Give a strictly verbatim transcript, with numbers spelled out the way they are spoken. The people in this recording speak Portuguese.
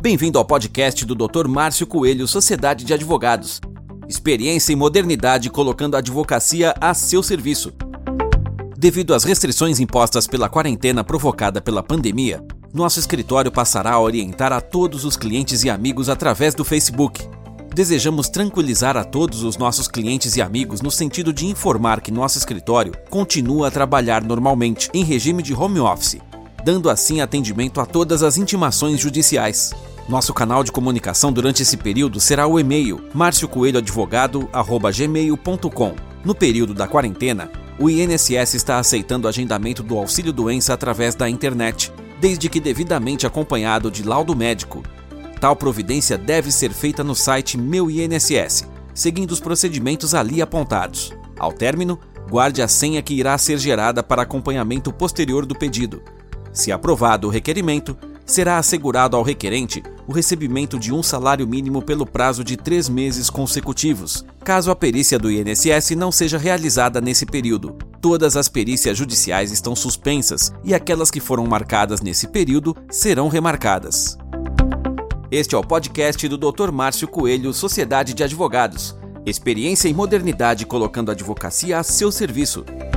Bem-vindo ao podcast do doutor Márcio Coelho, Sociedade de Advogados. Experiência e modernidade colocando a advocacia a seu serviço. Devido às restrições impostas pela quarentena provocada pela pandemia, nosso escritório passará a orientar a todos os clientes e amigos através do Facebook. Desejamos tranquilizar a todos os nossos clientes e amigos no sentido de informar que nosso escritório continua a trabalhar normalmente, em regime de home office, dando assim atendimento a todas as intimações judiciais. Nosso canal de comunicação durante esse período será o e-mail marcio coelho advogado arroba gmail ponto com. No período da quarentena, o I N S S está aceitando o agendamento do auxílio-doença através da internet, desde que devidamente acompanhado de laudo médico. Tal providência deve ser feita no site Meu I N S S, seguindo os procedimentos ali apontados. Ao término, guarde a senha que irá ser gerada para acompanhamento posterior do pedido. Se aprovado o requerimento, será assegurado ao requerente o recebimento de um salário mínimo pelo prazo de três meses consecutivos, caso a perícia do I N S S não seja realizada nesse período. Todas as perícias judiciais estão suspensas e aquelas que foram marcadas nesse período serão remarcadas. Este é o podcast do doutor Márcio Coelho, Sociedade de Advogados. Experiência e modernidade colocando a advocacia a seu serviço.